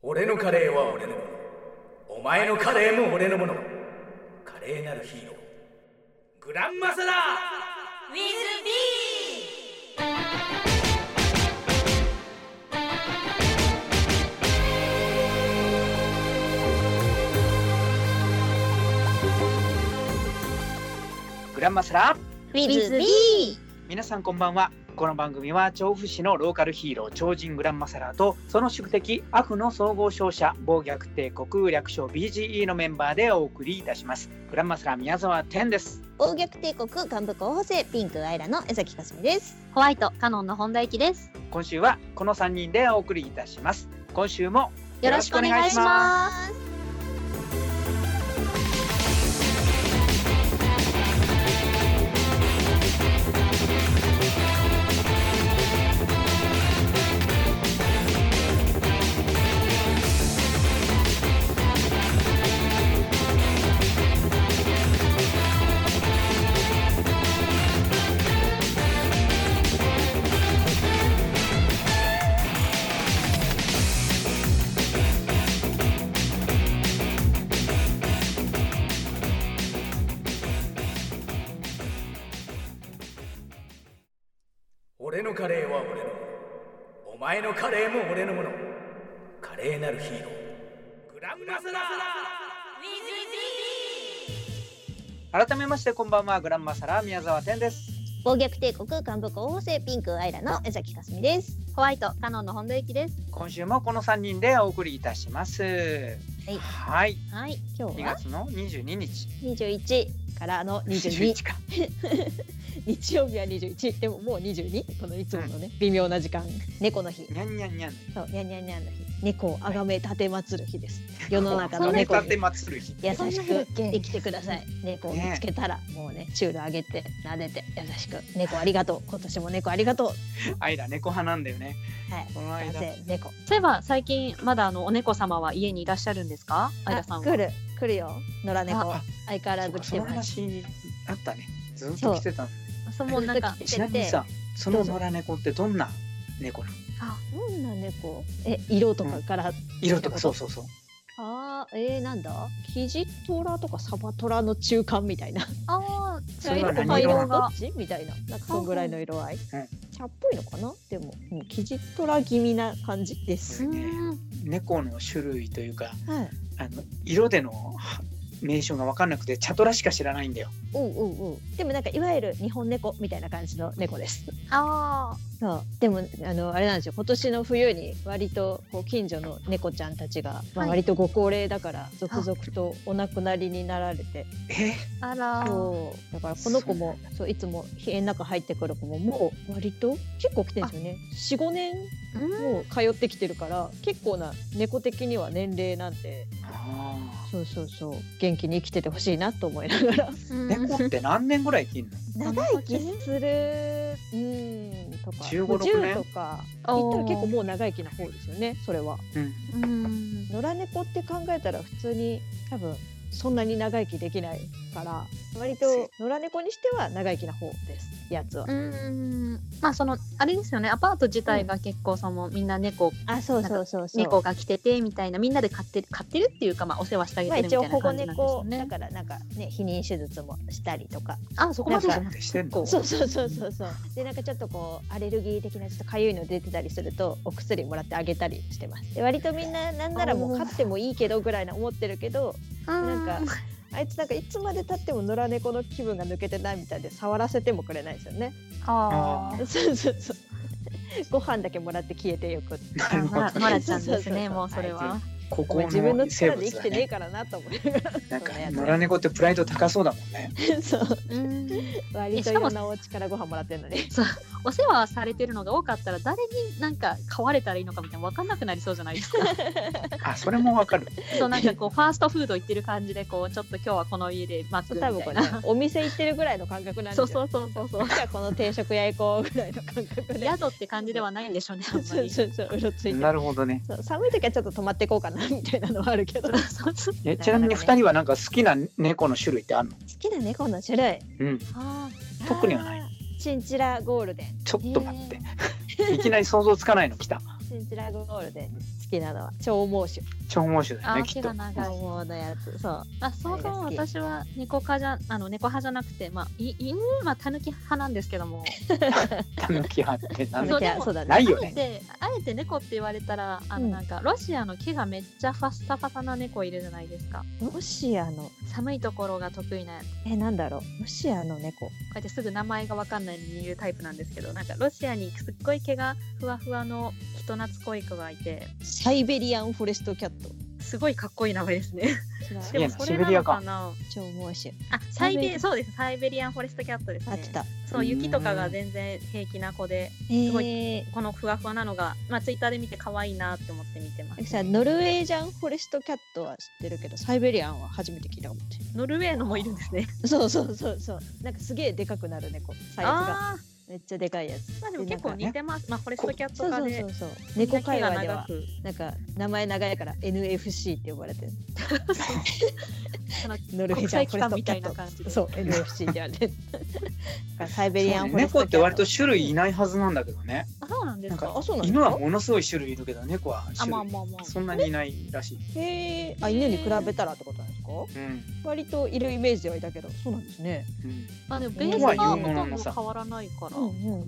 俺のカレーは俺のもの、お前のカレーも俺のもの。華麗なるヒーロー、グランマサラウィズビグランマサラーウィズビー。 皆さんこんばんは。この番組は調布市のローカルヒーロー超人グランマサラとその宿敵悪の総合商社暴虐帝国略称 BGE のメンバーでお送りいたします。グランマサラ宮沢天です。 暴虐帝国幹部候補生ピンクアイラの江崎かすみです。 ホワイトカノンの本田幸です。 今週はこの3人でお送りいたします。今週もよろしくお願いします。 俺のカレーは俺のもの、お前のカレーも俺のもの。華麗なるヒーロー、グランマサラ改めましてこんばんは。グランマサラ宮沢天です。 暴虐帝国幹部候補生ピンクアイラの江崎かすみです。 ホワイトカノンの本田幸です。 今週もこの3人でお送りいたします。はい、 はい、今日 2 は月の22日 21からの22 か日曜日は21でももう22、このいつものね、微妙な時間、猫の日、 にゃんにゃんにゃん、 そうにゃんにゃんにゃんの日、猫をあがめ立てまつる日です。世の中の猫に立てまつる日、 優しく生きてください。猫を見つけたらもうねチュールあげて撫でて優しく、猫ありがとう、今年も猫ありがとう。 アイラ猫派なんだよね。 はい、 この間男性猫。 そういえば最近まだお猫様は家にいらっしゃるんですか？アイラさんは。 来るよ、野良猫あ相変わらず来そのてます。 話あったね。ずっと来てた。 そうもうなんかずっと来てちなみにさ、その野良猫ってどんな猫なの？ どんな猫？色とかから、 色とか。そうそうそう。 なんだ、キジトラとかサバトラの中間みたいな、 ああ、 それは茶何色なの色がどっちみたいな、なんかそんぐらいの色合い、茶っぽいのかな。でも、キジトラ気味な感じです。 猫の種類というか、 はい。 色での名称が分かんなくてチャトラしか知らないんだよ。 でもなんかいわゆる日本猫みたいな感じの猫です。 あそうでもあれなんですよ、今年の冬に割とこう近所の猫ちゃんたちが、割とご高齢だから続々とお亡くなりになられて、 あら。 そうだからこの子もそういつも家の中入ってくる子ももう割と結構来てるんですよね。4、5年もう通ってきてるから結構な猫的には年齢なんで、そう元気に生きててほしいなと思いながら。 猫って何年ぐらい生きるの？ 長生きするとか 15、6年 10とか言ったら結構もう長生きな方ですよね、それは。野良猫って考えたら普通に多分そんなに長生きできないから割と野良猫にしては長生きな方ですやつは。 まあそのあれですよね、アパート自体が結構みんな猫、 そう猫が来ててみたいな、みんなで飼ってるっていうか、お世話してあげてるみたいな感じなんですよね。 一応保護猫だからなんかね、避妊手術もしたりとか。 そこまでじゃなくてしてんの？ そうでなんかちょっとこうアレルギー的なちょっとかゆいの出てたりするとお薬もらってあげたりしてます。で割とみんななんならもう飼ってもいいけどぐらいな思ってるけど、なんかあいつなんかいつまで経っても野良猫の気分が抜けてないみたいで触らせてもくれないですよね。そうご飯だけもらって消えてよく。 ノラちゃんですね。もうそれはここの自分の力で生きて生物だね。 ねえからなと思いながら。 なんか野良猫ってプライド高そうだもんね。 そう割といろんなお家からご飯もらってるのに。 お世話されてるのが多かったら誰になんか飼われたらいいのかみたいな分かんなくなりそうじゃないですか。 それもわかる。 そうなんかこうファーストフード行ってる感じでこうちょっと今日はこの家で待つみたいな。 多分これ、ね、お店行ってるぐらいの感覚なんですよ。 そう。 じゃあこの定食屋行こうぐらいの感覚で。 宿って感じではないんでしょうね。あんまりそううろついて。 なるほどね。 寒い時はちょっと泊まっていこうかなみたいなのはあるけど。 ちなみに2人はなんか好きな猫の種類ってあるの？ 好きな猫の種類。 特にはない。 チンチラゴールデン。 ちょっと待って。いきなり想像つかないの来た。 チンチラゴールデン好きなのは長毛種。 長毛種だよあー、 ねきっと毛が。長い。 長毛のやつ。そう。 そもそも私は猫派じゃなくて、犬はタヌキ派なんですけども、 タヌキ派ってなんだそうでもそうだね。 ないよね。 あえて猫って言われたら、なんかロシアの毛がめっちゃファッサファサな猫いるじゃないですか。 ロシアの寒いところが得意なやつ。 なんだろう。ロシアの猫。 こうやってすぐ名前がわかんないのに言うタイプなんですけど、なんかロシアにすっごい毛がふわふわの人懐っこい子がいて、 サイベリアンフォレストキャット。 すごいかっこいい名前ですね。 違う。 でもそれなのかな。 長毛種。 そうです。サイベリアンフォレストキャットですね。 あってた。 そう、雪とかが全然平気な子で、すごいこのふわふわなのが、ツイッターで見て可愛いなって思って見てます。 さ、ノルウェージャンフォレストキャットは知ってるけど、サイベリアンは初めて聞いたかもしれない。 ノルウェーのもいるんですね。 そう。なんかすげえでかくなる猫。サイズがめっちゃでかいやつ。 でも結構似てます。フォレストキャット科で。 そう。猫界隈ではなんか名前長いから NFC って呼ばれてる。ノルウェージャンフォレストキャット。そう、NFC って言われてる。サイベリアンフォレストキャット。 猫って割と種類いないはずなんだけどね。 そうなんですか。 犬はものすごい種類いるけど、猫は種類そんなにいないらしい。 犬に比べたらってことなんですか？割といるイメージではいたけど、そうなんですね。 でもベースがほとんど変わらないから。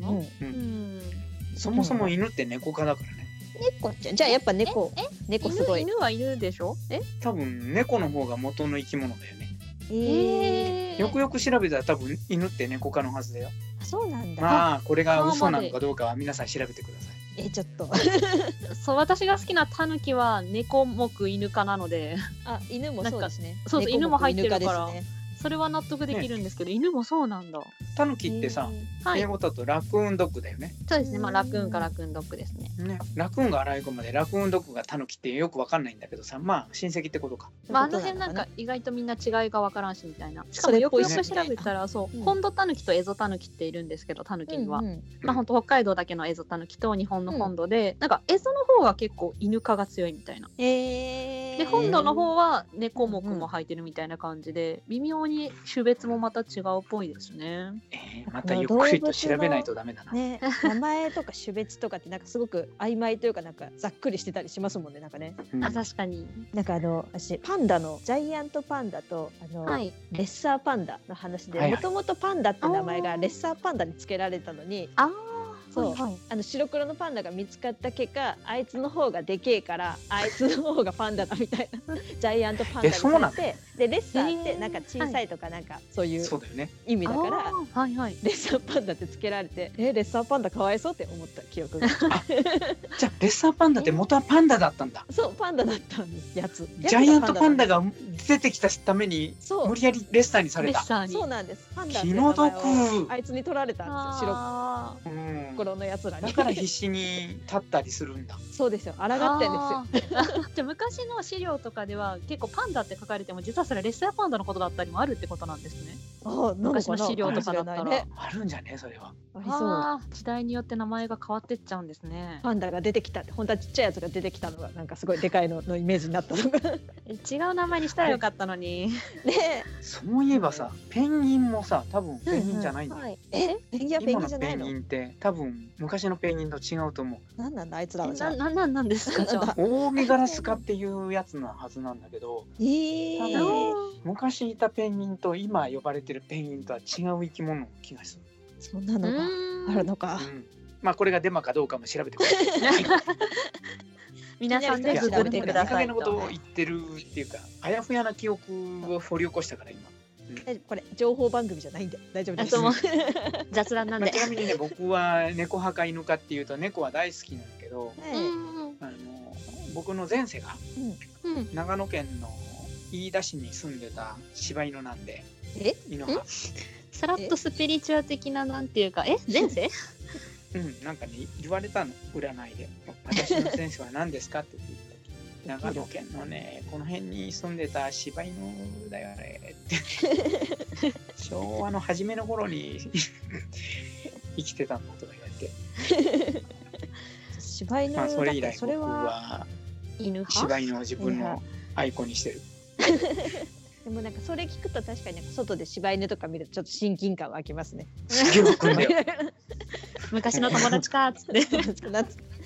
そもそも犬って猫科だからね。 猫ちゃん、じゃあやっぱ猫すごい。 犬は犬でしょ？ 多分猫の方が元の生き物だよね。よくよく調べたら多分犬って猫科のはずだよ。 そうなんだ。 まあこれが嘘なのかどうかは皆さん調べてください。 ちょっとそう、私が好きなタヌキは猫目犬科なので、 犬もそうですね。 そう、犬も入ってるからそれは納得できるんですけど、犬もそうなんだ。 タヌキってさ、英語だとラクーンドッグだよね。 そうですね。ラクーンかラクーンドッグですね。 ラクーンがアライグマでラクーンドッグがタヌキってよくわかんないんだけどさ、親戚ってことか。 あの辺なんか意外とみんな違いがわからんしみたいな。しかもよくよく調べたら、本土タヌキとエゾタヌキっているんですけど、タヌキには本当北海道だけのエゾタヌキと日本の本土で、なんかエゾの方が結構犬科が強いみたいな。で本土の方は猫目も入ってるみたいな感じで、微妙に種別もまた違うっぽいですね。 またゆっくりと調べないとダメだな。 名前とか種別とかってなんかすごく曖昧というか、なんかざっくりしてたりしますもんね。なんかね。 確かに。 なんか私パンダのジャイアントパンダとレッサーパンダの話で、もともとパンダって名前がレッサーパンダにつけられたのに。白黒のパンダが見つかった結果、あいつの方がでけえからあいつの方がパンダだみたいなジャイアントパンダにされて、でレッサーってなんか小さいとかなんかそういう意味だから、レッサーパンダってつけられて、レッサーパンダかわいそうって思った記憶が。 じゃあレッサーパンダって元はパンダだったんだ。 そう、パンダだったんですやつ。 ジャイアントパンダが出てきたために無理やりレッサーにされた。 そうなんです。パンダって気の毒。 あいつに取られたんですよ。白黒のやつらに。 だから必死に立ったりするんだ。 そうですよ。抗ってんですよ。 じゃあ昔の資料とかでは結構パンダって書かれても、実はそれレッサーパンダのことだったりもあるってことなんですね。昔の資料とかだったらあるんじゃね、それは。 ありそう。 時代によって名前が変わってっちゃうんですね。 パンダが出てきたって、本当はちっちゃいやつが出てきたのがなんかすごいでかいののイメージになったのが違う名前にしたらよかったのにね。 そういえばさ、ペンギンもさ、多分ペンギンじゃないんだよ。 ペンギンはペンギンじゃないの？ 今のペンギンって多分昔のペンギンと違うと思う。 なんなんだあいつらは。 なんですかじゃあ。 オオメガラス科っていうやつのはずなんだけど、昔いたペンギンと今呼ばれてるペンギンとは違う生き物の気がする。 そんなのがあるのか。 これがデマかどうかも調べてください。 皆さんで調べてください。 いい加減なことを言ってるっていうか、あやふやな記憶を掘り起こしたから今。 これ情報番組じゃないんで大丈夫です。 雑談なんで。 ちなみにね、僕は猫派か犬かっていうと猫は大好きなんだけど、僕の前世が長野県の飯田市に住んでた柴犬なんで、犬派。 さらっとスピリチュア的ななんていうか、前世？ なんかね言われたの、占いで。私の前世は何ですかって聞いて。長野県のね、この辺に住んでた柴犬だよねって昭和の初めの頃に生きてたんだとか言われて、 柴犬だそれ以来僕は柴犬を自分のアイコンにしてる。 でもなんかそれ聞くと確かに外で柴犬とか見るとちょっと親近感湧きますね。 すげえ湧くんだよ。 昔の友達かっつって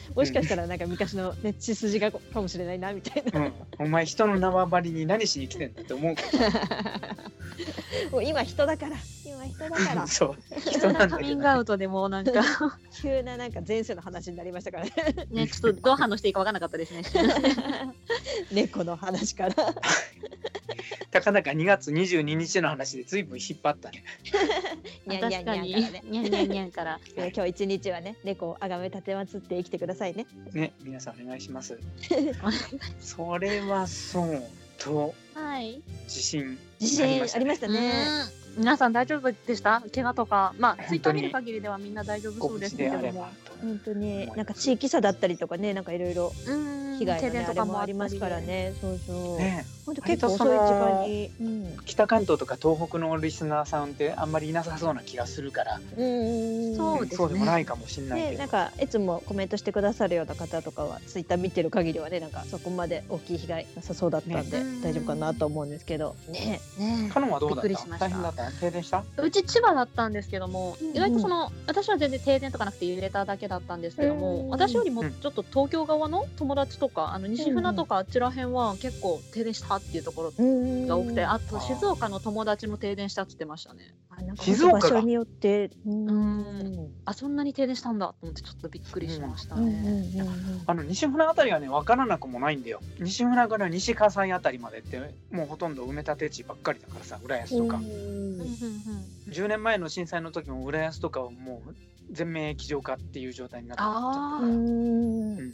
もしかしたらなんか昔のね血筋がかもしれないなみたいな、 お前人の縄張りに何しに来てんだって思うもう今人だからそう人なんだカけどミングアウトでもうなんか急ななんか前世の話になりましたからねね、ちょっとどう反応していいか分からなかったですね。 猫の話からたかだか2月22日の話で随分引っ張ったね。 にゃんにゃんにゃんからねにゃんにゃんにゃんから今日一日はね猫をあがめ立てまつって生きてくださいね。 ね、皆さんお願いします。それはそうとはい。 地震地震ありましたね。 皆さん大丈夫でした？怪我とか、まあ本当にツイッター見る限りではみんな大丈夫ご無そうです事であればけれども。 本当になんか地域差だったりとかね、なんかいろいろ被害停がねあれもあ電とかもありますからね。そうそう。 ね、 本当結構遅い時間に。 北関東とか東北のリスナーさんってあんまりいなさそうな気がするから、 そうですね。 そうでもないかもしれないけど、 なんかいつもコメントしてくださるような方とかはツイッター見てる限りはね、なんかそこまで大きい被害なさそうだったんで、大丈夫かなと思うんですけどね。 カノンはどうだった？ びっくりしました。 大変だった？停電した？ うち千葉だったんですけども、意外とその私は全然停電とかなくて揺れただけだったんですけども、私よりもちょっと東京側の友達とか西船とかあちら辺は結構停電したっていうところが多くて、あと静岡の友達も停電したって言ってましたね。 静岡が場所によってそんなに停電したんだと思ってちょっとびっくりしましたね。 西船あたりはね分からなくもないんだよ。西船から西葛西あたりまでってもうほとんど埋め立て地ばっかりだからさ、浦安とか。10年前の震災の時も浦安とかはもう全面液状化っていう状態になってちゃった。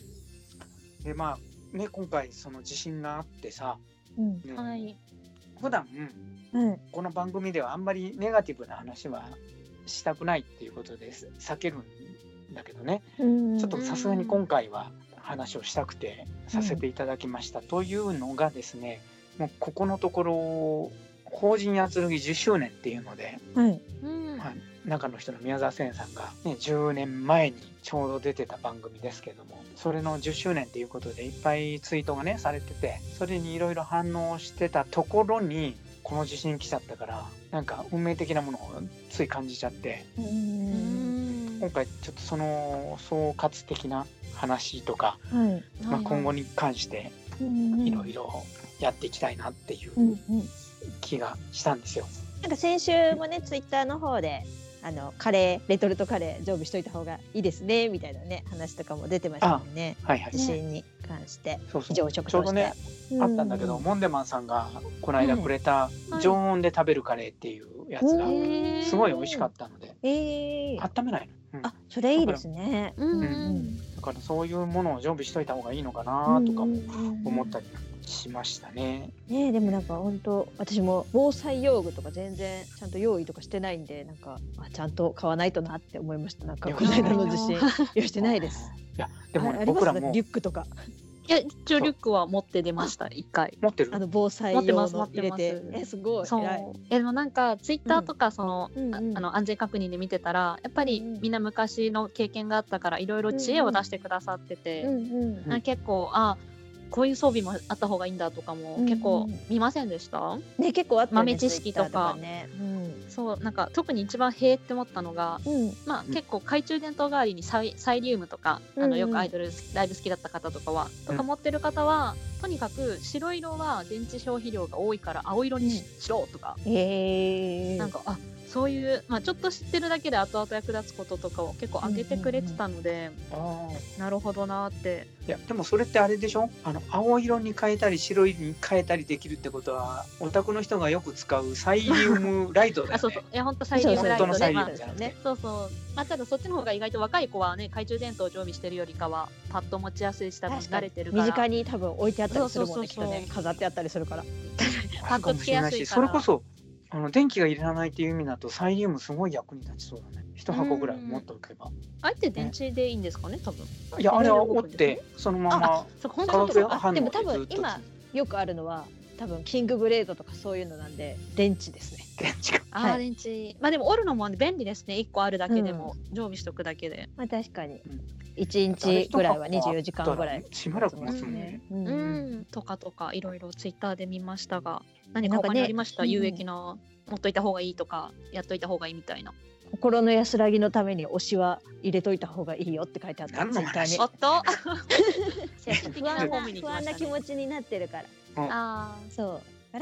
でまあね、今回その地震があってさ、普段、この番組ではあんまりネガティブな話はしたくないっていうことで避けるんだけどね、ちょっとさすがに今回は話をしたくてさせていただきました。というのがですね、もうここのところ法人やつるぎ10周年っていうので、中の人の宮沢千さんが、ね、10年前にちょうど出てた番組ですけども、それの10周年っていうことでいっぱいツイートがねされてて、それにいろいろ反応してたところにこの地震来ちゃったから、なんか運命的なものをつい感じちゃって、今回ちょっとその総括的な話とか、今後に関していろいろやっていきたいなっていう気がしたんですよ。 なんか先週もねツイッターの方でカレーレトルトカレー常備しといた方がいいですねみたいなね話とかも出てましたもんね。地震に関して非常食としてちょうどねあったんだけど、モンデマンさんがこの間くれた常温で食べるカレーっていうやつがすごい美味しかったので、温めないの、 それいいですね。 だからそういうものを常備しといた方がいいのかなとかも思ったりしましたね。 でもなんか本当私も防災用具とか全然ちゃんと用意とかしてないんで、なんかちゃんと買わないとなって思いました。なんかこの間の地震用意してないです。 いやでも、僕らもリュックとか。 いや一応リュックは持って出ました。1回持ってる。 防災用の入れてすごい。 でもなんかツイッターとかその安全確認で見てたら、やっぱりみんな昔の経験があったからいろいろ知恵を出してくださってて、結構こういう装備もあった方がいいんだとかも結構見ませんでした？ 結構あったね。 豆知識とかそうなんか特に一番へーって思ったのが、結構懐中電灯代わりにサイリウムとかよくアイドルライブ好きだった方とかはとか持ってる方は、とにかく白色は電池消費量が多いから青色にしろとか、なんかそういう、ちょっと知ってるだけで後々役立つこととかを結構挙げてくれてたので、なるほどなって。 いやでもそれってあれでしょ、青色に変えたり白色に変えたりできるってことはオタクの人がよく使うサイリウムライトだよね。 そういや本当サイリウムライトで、ただそっちの方が意外と若い子はね、懐中電灯を常備してるよりかはパッと持ちやすいし、多分慣れてるから、 身近に多分置いてあったりするもんね、きっとね、飾ってあったりするからパッとつけやすいから。 それこそ電気がいらないっていう意味だとサイリウムすごい役に立ちそうだね。1箱ぐらい持っておけば。 あえて電池でいいんですかね、多分。 いやあれは折ってそのまま化学反応でも多分今よくあるのは多分キングブレードとかそういうのなんで電池ですね。 電池か。電池。でも折るのも便利ですね。1個あるだけでも常備しとくだけで。 確かに。1日ぐらいは24時間ぐらいしばらく持つもんね。 とかいろいろツイッターで見ましたが、何か他にありました？有益な持っといた方がいいとかやっといた方がいいみたいな。 心の安らぎのために推しは入れといた方がいいよって書いてあった。 何の話？ おっと不安な気持ちになってるから。 ああ、 そう。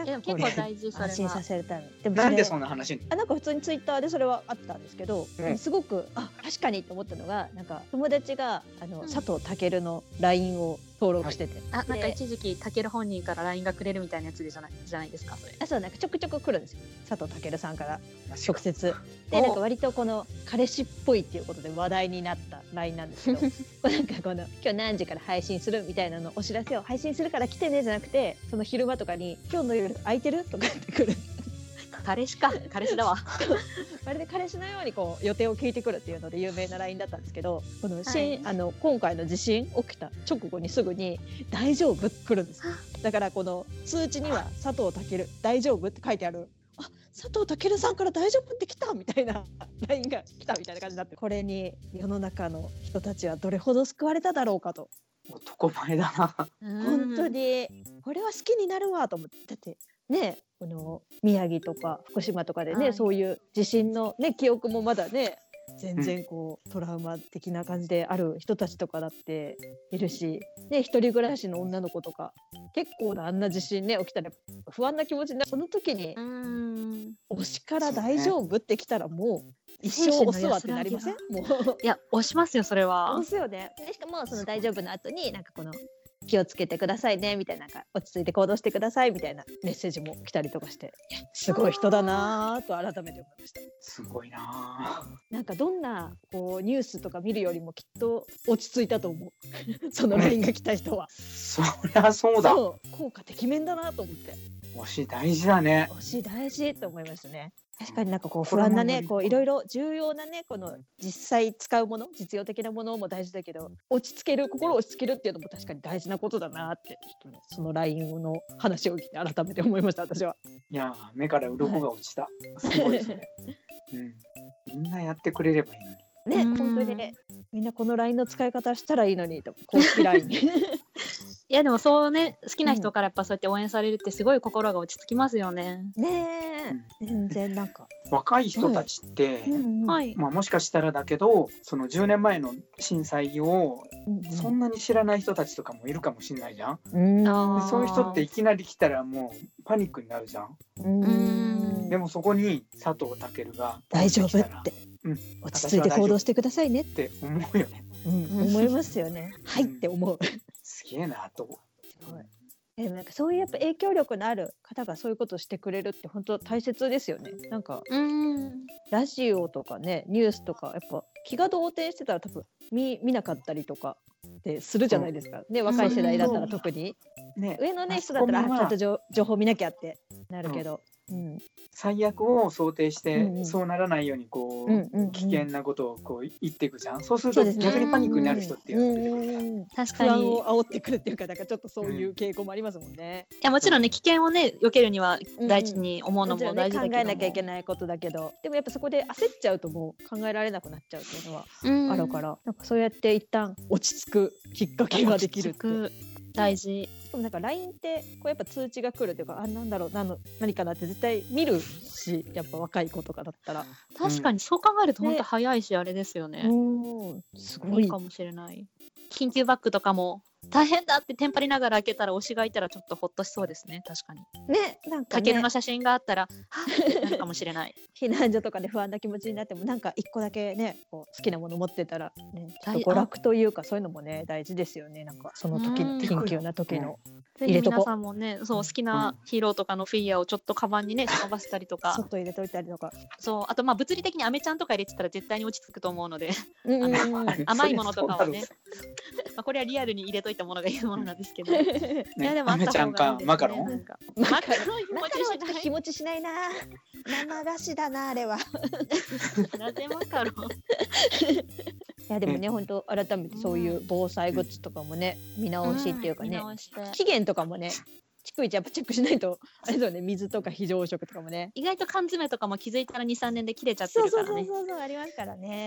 結構大事。それは安心させるために。 でもなんでそんな話に？ なんか普通にツイッターでそれはあったんですけど、すごく確かにと思ったのが、なんか友達が佐藤健の LINE を登録してて、 なんか一時期健本人から LINE がくれるみたいなやつじゃないですか、それ。 そう、なんかちょくちょく来るんですよ、佐藤健さんから直接で。なんか割とこの彼氏っぽいっていうことで話題になった LINE なんですけどなんかこの今日何時から配信するみたいなのお知らせを配信するから来てねじゃなくて、その昼間とかに今日の夜空いてるとかって来る彼氏だわまるで彼氏のようにこう予定を聞いてくるっていうので有名な LINE だったんですけど、この今回の地震起きた直後にすぐに大丈夫って来るんですよ。だからこの通知には佐藤健大丈夫って書いてある。佐藤健さんから大丈夫って来たみたいな LINE が来たみたいな感じになって、これに世の中の人たちはどれほど救われただろうかと。 男前だな本当にこれは好きになるわと思って。だってね、この宮城とか福島とかでね、そういう地震のね記憶もまだね全然こうトラウマ的な感じである人たちとかだっているし、ね、一人暮らしの女の子とか結構なあんな地震ね起きたら不安な気持ちになる。その時に推しから大丈夫って来たらもう一生押すわってなりません？もういや押しますよ、それは。 押すよね。しかもその大丈夫の後になんかこの気をつけてくださいねみたいな、なんか落ち着いて行動してくださいみたいなメッセージも来たりとかして、すごい人だなと改めて思いました。 すごいな。 なんかどんなこうニュースとか見るよりもきっと落ち着いたと思うその LINE が来た人は。 そりゃそうだ。 そう、効果てきめんだなと思って。 推し大事だね。 推し大事と思いましたね。確かになんかこう不安なね、こういろいろ重要なね、この実際使うもの、実用的なものも大事だけど、落ち着ける、心を落ち着けるっていうのも確かに大事なことだなって、ちょっとね、その LINE の話を聞いて改めて思いました、私は。 いや目から鱗が落ちた。すごいですね。みんなやってくれればいいのに。 ね、本当にね、みんなこの LINE の使い方したらいいのにと、公式 LINE いやでもそうね、好きな人からやっぱそうやって応援されるってすごい心が落ち着きますよね。 ねえ、全然なんか若い人たちって、まあもしかしたらだけど、その10年前の震災をそんなに知らない人たちとかもいるかもしれないじゃん。そういう人っていきなり来たらもうパニックになるじゃん。でもそこに佐藤健が大丈夫って、落ち着いて行動してくださいねって思うよね。 思いますよね。はいって思う。 すげえなと。 でもなんかそういうやっぱ影響力のある方がそういうことをしてくれるって本当大切ですよね。なんかラジオとかね、ニュースとかやっぱ気が動転してたら多分見なかったりとかってするじゃないですか。ね、若い世代だったら特に、上のね人だったらちゃんと情報見なきゃってなるけど。 最悪を想定してそうならないようにこう危険なことをこう言っていくじゃん。そうすると逆にパニックになる人って確かに不安を煽ってくるっていうか、なんかちょっとそういう傾向もありますもんね。 いやもちろんね、危険をね避けるには大事に思うのも大事だけど、 考えなきゃいけないことだけど、でもやっぱそこで焦っちゃうともう考えられなくなっちゃうっていうのはあるから、なんかそうやって一旦落ち着くきっかけができるって大事。 しかもなんか LINE ってこうやっぱ通知が来るというか、なんだろう、何かなって絶対見るし、やっぱ若い子とかだったら確かにそう考えると本当早いし、あれですよね。 すごいかもしれない。緊急バッグとかも大変だってテンパりながら開けたら推しがいたらちょっとほっとしそうですね。確かにね、なんかね、 健の写真があったらなるかもしれない。 避難所とかで不安な気持ちになっても、なんか一個だけねこう好きなもの持ってたら、ね、ちょっと娯楽というかそういうのもね大事ですよね。なんかその時緊急な時の入れとこ。 皆さんもね、そう好きなヒーローとかのフィギュアをちょっとカバンにね忍ばせたりとか、 ちょっと入れといたりとか、 そうあとまあ物理的にアメちゃんとか入れてたら絶対に落ち着くと思うので甘いものとかはねまあこれはリアルに入れといたものがいいものなんですけど、いやでもあった方がいいですね。 マカロン日持ちしないな。生菓子だなあれは。 なぜマカロン。 いやでもね、本当改めてそういう防災グッズとかもね見直しっていうかね、期限とかもね逐一やっぱチェックしないとあれですよね。水とか非常食とかもね、 意外と缶詰とかも気づいたら 2,3 年で切れちゃってるからね。 そうありますからね。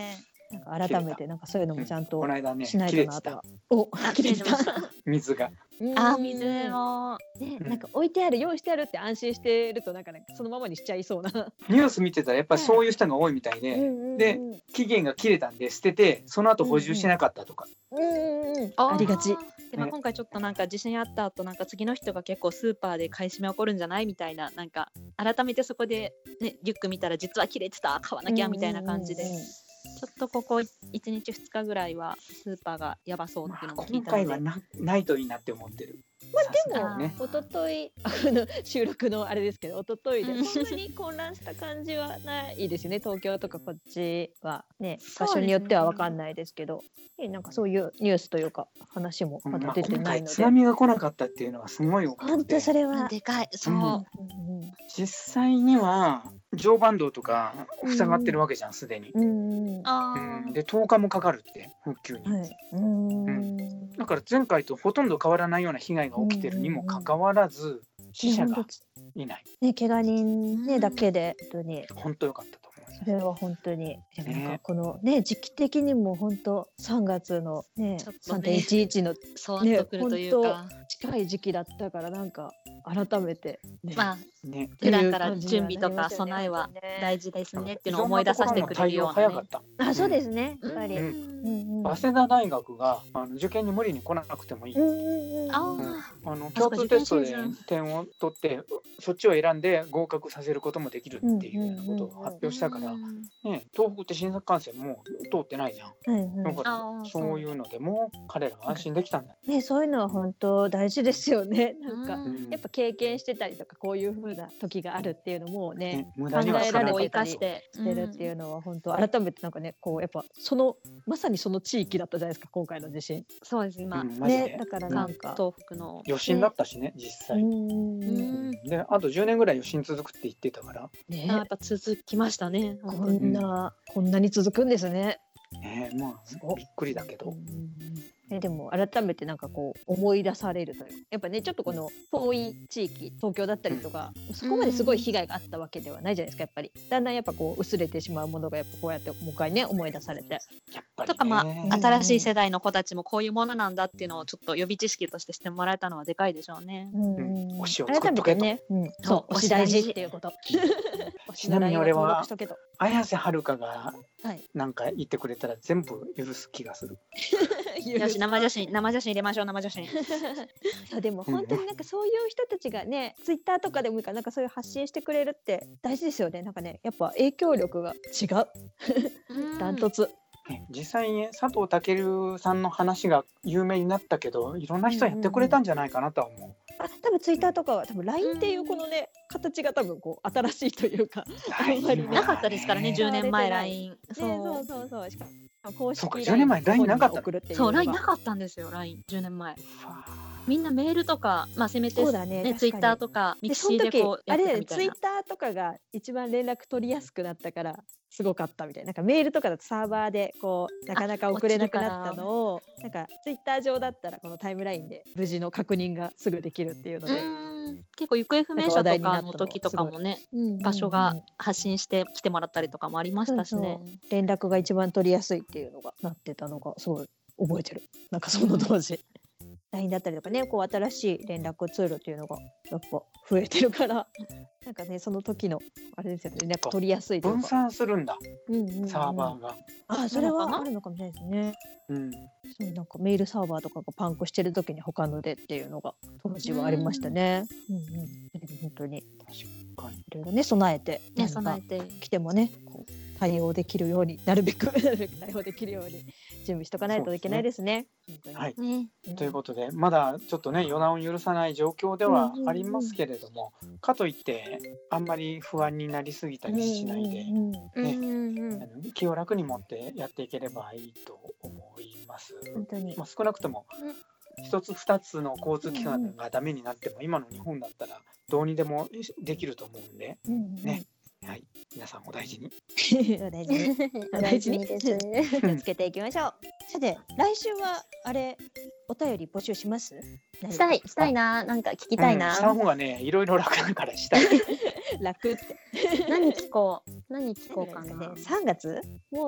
なんか改めてなんかそういうのもちゃんとこの間ねしない切れてたとなとは。お、切れてた。 水が。 水をね、なんか置いてある、用意してあるって安心してるとなんかね、そのままにしちゃいそうな。 ニュース見てたらやっぱりそういう人が多いみたいで、で期限が切れたんで捨ててその後補充しなかったとか。 ありがち。 でも今回ちょっとなんか地震あった後なんか次の人が結構スーパーで買い占め起こるんじゃないみたいな、なんか改めてそこでねリュック見たら実は切れてた、買わなきゃみたいな感じで、ちょっとここ1日2日ぐらいはスーパーがやばそうっていうのも聞いたので、 今回はないといいなって思ってる。 でも、 ね、 一昨日収録のあれですけど、一昨日でそんなに混乱した感じはないですよね。東京とかこっちはね、場所によっては分かんないですけど、なんかそういうニュースというか話もまだ出てないので、 津波が来なかったっていうのはすごい大きくて、 本当それはでかい。そう、 実際には常磐道とか塞がってるわけじゃんすでに。で10日もかかるって復旧に。だから前回とほとんど変わらないような被害が起きてるにもかかわらず死者がいない。 ね、怪我人ねだけで本当良かったと思う。 それは本当になんかこのね時期的にも本当3月のね 3.11 のそうなってくるというか近い時期だったからなんか改めてまあ普段から準備とか備えは大事ですねっていうのを思い出させてくれるようなね。 あ、そうですね。やっぱり早稲田大学が受験に無理に来なくてもいい。共通テストで点を取ってそっちを選んで合格させることもできるっていうようなことを発表したから、ね、東北って新幹線もう通ってないじゃん。だからそういうのでも彼らは安心できたんだ。 ね、そういうのは本当大事ですよね。なんかやっぱ経験してたりとかこういう風な時があるっていうのもね、考えられてたりしてるっていうのは本当改めてなんかね、こうやっぱそのまさにその地域だったじゃないですか今回の地震。 そうです今ね、だからなんか東北の余震だったしね実際。であと10年ぐらい余震続くって言ってたからね、やっぱ続きましたね。 こんなに続くんですね。 まあびっくりだけど。 でも改めてなんかこう思い出されるというやっぱねちょっとこの遠い地域東京だったりとか、そこまですごい被害があったわけではないじゃないですか。やっぱりだんだんやっぱこう薄れてしまうものがやっぱこうやってもう一回ね思い出されて、 とかまあ新しい世代の子たちもこういうものなんだっていうのをちょっと予備知識としてしてもらえたのはでかいでしょうね。 推しを作っとけと。 そう推し大事っていうこと。 ちなみに俺は綾瀬はるかがなんか言ってくれたら全部許す気がする。 よし生写真入れましょう。生写真そうでも本当になんかそういう人たちがねツイッターとかでもいいからなんかそういう発信してくれるって大事ですよね。なんかねやっぱ影響力が違うダントツ。 実際に佐藤健さんの話が有名になったけどいろんな人やってくれたんじゃないかなとは思う。 多分ツイッターとかは多分 LINE っていうこのね形が多分こう新しいというかあんまりなかったですからね10年前 LINE。 そうしかも公式 10年前 LINE なかった。 そう LINE なかったんですよ。 LINE 10年前みんなメールとかまあせめてねツイッターとかミクシーでこうやってたみたいな。 ツイッターとかが一番連絡取りやすくなったからすごかったみたいな。なんかメールとかだとサーバーでこうなかなか送れなくなったのをなんかツイッター上だったらこのタイムラインで無事の確認がすぐできるっていうので結構行方不明者とかの時とかもね場所が発信して来てもらったりとかもありましたしね。 連絡が一番取りやすいっていうのがなってたのがすごい覚えてる。なんかその当時LINE だったりとかねこう新しい連絡ツールっていうのがやっぱ増えてるからなんかねその時のあれですよね連絡取りやすいというか分散するんだ、サーバーが。 それはあるのかもしれないですね。そうなんかメールサーバーとかがパンクしてる時に他のでっていうのが当時はありましたね。本当にいろいろね備えて来てもねこう対応できるようになるべく対応できるように準備しとかないといけないですね。 はい、ということでまだちょっとね予断を許さない状況ではありますけれども、かといってあんまり不安になりすぎたりしないで、気を楽に持ってやっていければいいと思います。 本当に少なくとも一つ二つの交通機関がダメになっても今の日本だったらどうにでもできると思うんでね。はい、皆さんお大事にお大事に気をつけていきましょう。さて来週はあれお便り募集します？ したいな。なんか聞きたいな。 した方がねいろいろ楽だからしたい。 楽って何聞こうかな。 3月もう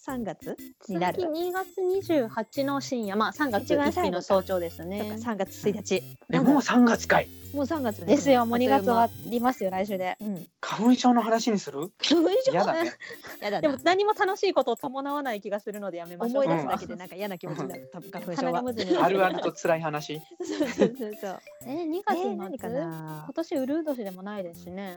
3月になる。 次2月28の深夜、3月1日の早朝ですね。 3月1日。 もう3月かい。 もう3月ですよ。もう2月終わりますよ、来週で。 花粉症の話にする？ 花粉症？ やだね。 でも何も楽しいことを伴わない気がするのでやめましょう。 思い出すだけでなんか嫌な気持ちになる。多分花粉症は。 あるあると辛い話。 そう。 2月何かな。 今年ウルー年でもないですしね。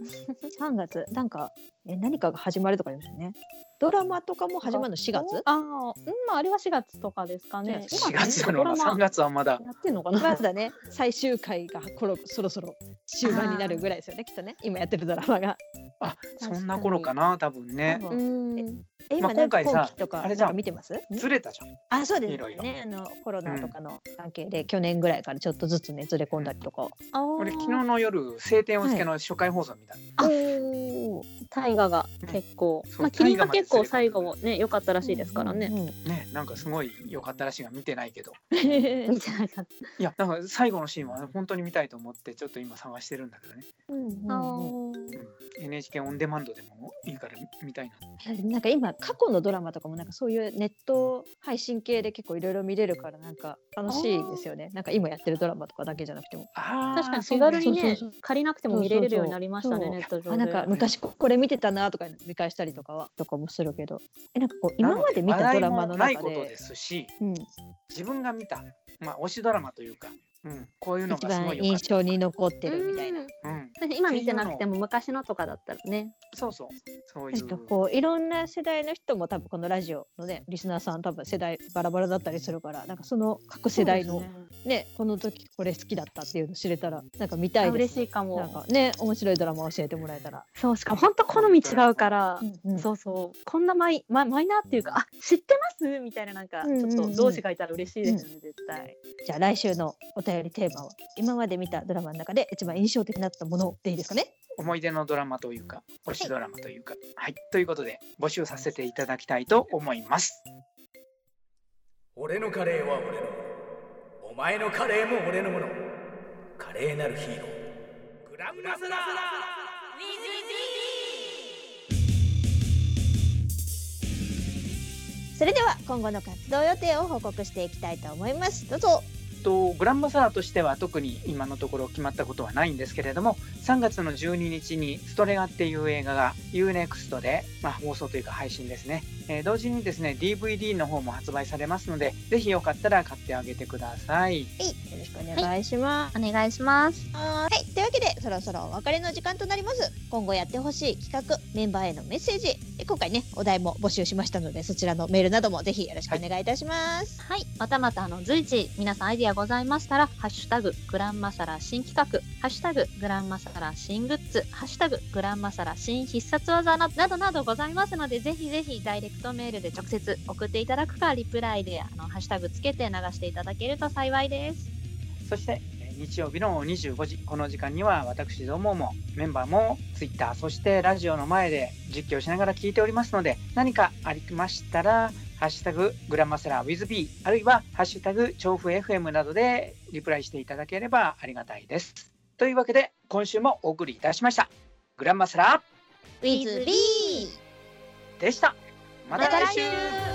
3月なんか何かが始まるとか言いましたね。ドラマとかも始まるの4月？ あれは4月とかですかね。 4月なの？3月はまだやってんのかな。 まだね、最終回がそろそろ終盤になるぐらいですよね、きっとね。今やってるドラマが。 そんな頃かな、多分ね。 今今回さ、 あれじゃん見てます？ ずれたじゃん。 そうですね。コロナとかの関係で去年ぐらいからちょっとずつねずれ込んだりとか。 俺昨日の夜晴天をつけの初回放送見た。 大河が結構、キリンが結構最後もね良かったらしいですからね。 ね、なんかすごい良かったらしいが見てないけど。 見てなかった。 いや、なんか最後のシーンは本当に見たいと思ってちょっと今探してるんだけどね。NHK オンデマンドでもいいから見たいな。 なんか今過去のドラマとかもなんかそういうネット配信系で結構いろいろ見れるからなんか楽しいですよね。なんか今やってるドラマとかだけじゃなくても。 確かに気軽にね借りなくても見れるようになりましたね、ネット上で。 なんか昔これ見てたなとか見返したりとかもするけど、なんかこう今まで見たドラマの中でないことですし、自分が見た推しドラマというか、こういうのがすごい一番印象に残ってるみたいな。 今見てなくても昔のとかだったらね。 そういう。 こういろんな世代の人も多分このラジオのねリスナーさん多分世代バラバラだったりするから、なんかその各世代のねこの時これ好きだったっていうの知れたらなんか見たいです。 嬉しいかも。 なんかね面白いドラマ教えてもらえたら。 そう、しかも本当好み違うから、こんなマイナーっていうか知ってますみたいな、なんかちょっと同志がいたら嬉しいですよね、絶対。 じゃあ来週のお便りテーマは今まで見たドラマの中で一番印象的だったものでいいですかね。 思い出のドラマというか推しドラマというか、ということで募集させていただきたいと思います。 俺のカレーは俺のもの、お前のカレーも俺のもの。華麗なるヒーローグランマサラそれでは今後の活動予定を報告していきたいと思います。どうぞ。 グランマサラとしては特に今のところ決まったことはないんですけれども、3月の12日にストレガっていう映画が UNEXT で、放送というか配信ですね、同時にですね DVD の方も発売されますので、ぜひよかったら買ってあげてください。 よろしくお願いします。 お願いします。 というわけでそろそろお別れの時間となります。今後やってほしい企画、メンバーへのメッセージ、今回ねお題も募集しましたので、そちらのメールなどもぜひよろしくお願いいたします。 またまた随時皆さんアイディアございましたら、ハッシュタググランマサラ新企画、ハッシュタググランマサラ新グッズ、ハッシュタググランマサラ新必殺技などなどございますので、ぜひぜひダイレクトメールで直接送っていただくか、リプライでハッシュタグつけて流していただけると幸いです。 そして日曜日の25時、この時間には私どももメンバーも Twitter そしてラジオの前で実況しながら聞いておりますので、何かありましたらハッシュタググランマサラ WithB あるいはハッシュタグ調布 FM などでリプライしていただければありがたいです。というわけで今週もお送りいたしましたグランマサラ WithB でした。また来週。